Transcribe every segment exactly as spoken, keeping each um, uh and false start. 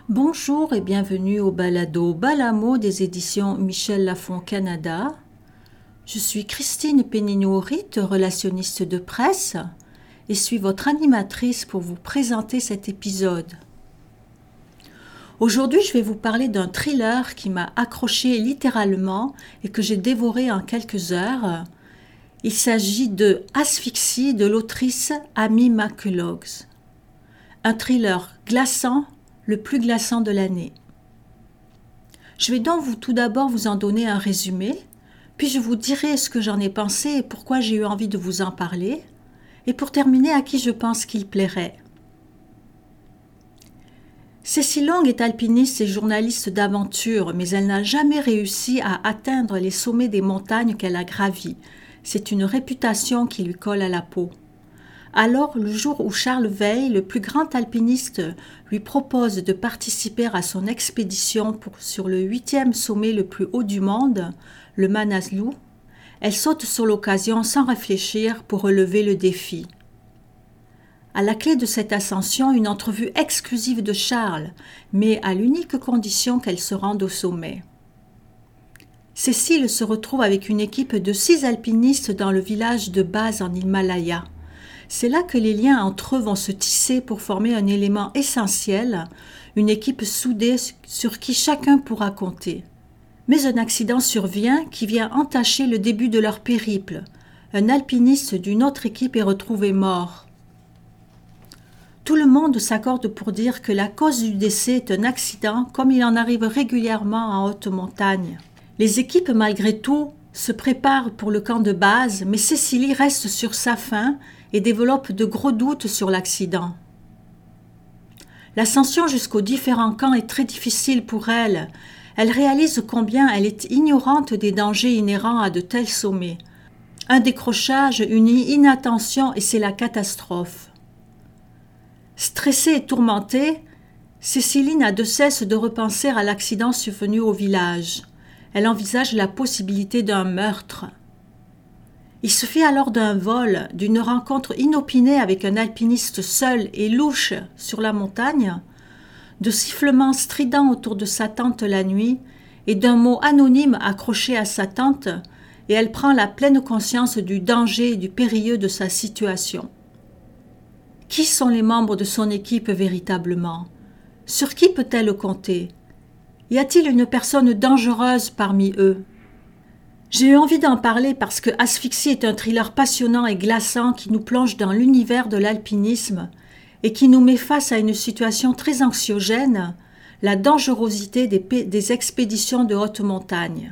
Bonjour et bienvenue au balado Balamo des éditions Michel Lafon Canada. Je suis Christine Pénineau-Rit, relationniste de presse, et suis votre animatrice pour vous présenter cet épisode. Aujourd'hui, je vais vous parler d'un thriller qui m'a accroché littéralement et que j'ai dévoré en quelques heures. Il s'agit de Asphyxie de l'autrice Amy McCullough. Un thriller glaçant, le plus glaçant de l'année. Je vais donc vous, tout d'abord vous en donner un résumé, puis je vous dirai ce que j'en ai pensé et pourquoi j'ai eu envie de vous en parler, et pour terminer, à qui je pense qu'il plairait. Cécile Long est alpiniste et journaliste d'aventure, mais elle n'a jamais réussi à atteindre les sommets des montagnes qu'elle a gravies. C'est une réputation qui lui colle à la peau. Alors, le jour où Charles Weil, le plus grand alpiniste, lui propose de participer à son expédition pour, sur le huitième sommet le plus haut du monde, le Manaslu, elle saute sur l'occasion sans réfléchir pour relever le défi. À la clé de cette ascension, une entrevue exclusive de Charles, mais à l'unique condition qu'elle se rende au sommet. Cécile se retrouve avec une équipe de six alpinistes dans le village de base en Himalaya. C'est là que les liens entre eux vont se tisser pour former un élément essentiel, une équipe soudée sur qui chacun pourra compter. Mais un accident survient qui vient entacher le début de leur périple. Un alpiniste d'une autre équipe est retrouvé mort. Tout le monde s'accorde pour dire que la cause du décès est un accident, comme il en arrive régulièrement en haute montagne. Les équipes, malgré tout, se préparent pour le camp de base, mais Cécilie reste sur sa faim et développe de gros doutes sur l'accident. L'ascension jusqu'aux différents camps est très difficile pour elle. Elle réalise combien elle est ignorante des dangers inhérents à de tels sommets. Un décrochage, une inattention et c'est la catastrophe. Stressée et tourmentée, Cécilie n'a de cesse de repenser à l'accident survenu au village. Elle envisage la possibilité d'un meurtre. Il suffit alors d'un vol, d'une rencontre inopinée avec un alpiniste seul et louche sur la montagne, de sifflements stridents autour de sa tente la nuit et d'un mot anonyme accroché à sa tente, et elle prend la pleine conscience du danger et du périlleux de sa situation. Qui sont les membres de son équipe véritablement? Sur qui peut-elle compter? Y a-t-il une personne dangereuse parmi eux? J'ai eu envie d'en parler parce que Asphyxie est un thriller passionnant et glaçant qui nous plonge dans l'univers de l'alpinisme et qui nous met face à une situation très anxiogène, la dangerosité des, p- des expéditions de haute montagne.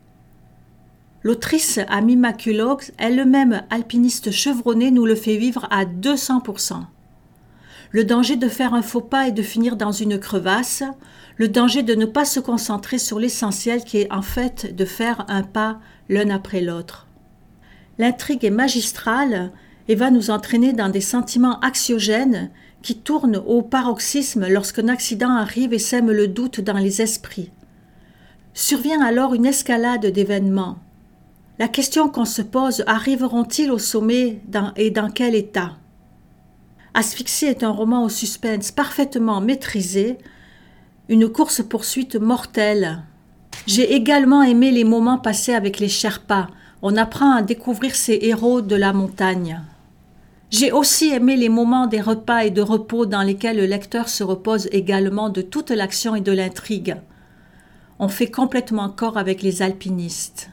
L'autrice Amy McCullough, elle-même alpiniste chevronnée, nous le fait vivre à deux cents pour cent. Le danger de faire un faux pas et de finir dans une crevasse, le danger de ne pas se concentrer sur l'essentiel qui est en fait de faire un pas l'un après l'autre. L'intrigue est magistrale et va nous entraîner dans des sentiments anxiogènes qui tournent au paroxysme lorsqu'un accident arrive et sème le doute dans les esprits. Survient alors une escalade d'événements. La question qu'on se pose, arriveront-ils au sommet dans, et dans quel état? Asphyxie est un roman au suspense parfaitement maîtrisé, une course-poursuite mortelle. J'ai également aimé les moments passés avec les Sherpas. On apprend à découvrir ces héros de la montagne. J'ai aussi aimé les moments des repas et de repos dans lesquels le lecteur se repose également de toute l'action et de l'intrigue. On fait complètement corps avec les alpinistes.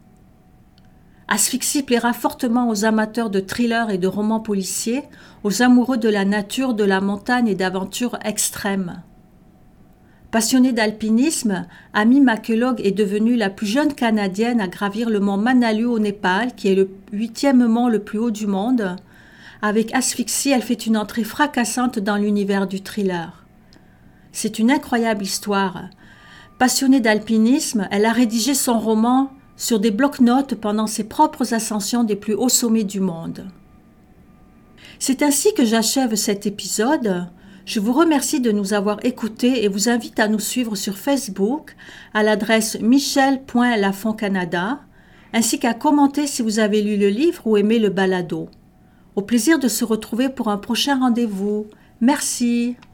Asphyxie plaira fortement aux amateurs de thrillers et de romans policiers, aux amoureux de la nature, de la montagne et d'aventures extrêmes. Passionnée d'alpinisme, Amy McCullough est devenue la plus jeune Canadienne à gravir le mont Manaslu au Népal, qui est le huitième mont le plus haut du monde. Avec Asphyxie, elle fait une entrée fracassante dans l'univers du thriller. C'est une incroyable histoire. Passionnée d'alpinisme, elle a rédigé son roman sur des blocs-notes pendant ses propres ascensions des plus hauts sommets du monde. C'est ainsi que j'achève cet épisode. Je vous remercie de nous avoir écoutés et vous invite à nous suivre sur Facebook à l'adresse michel point lafon canada, ainsi qu'à commenter si vous avez lu le livre ou aimé le balado. Au plaisir de se retrouver pour un prochain rendez-vous. Merci.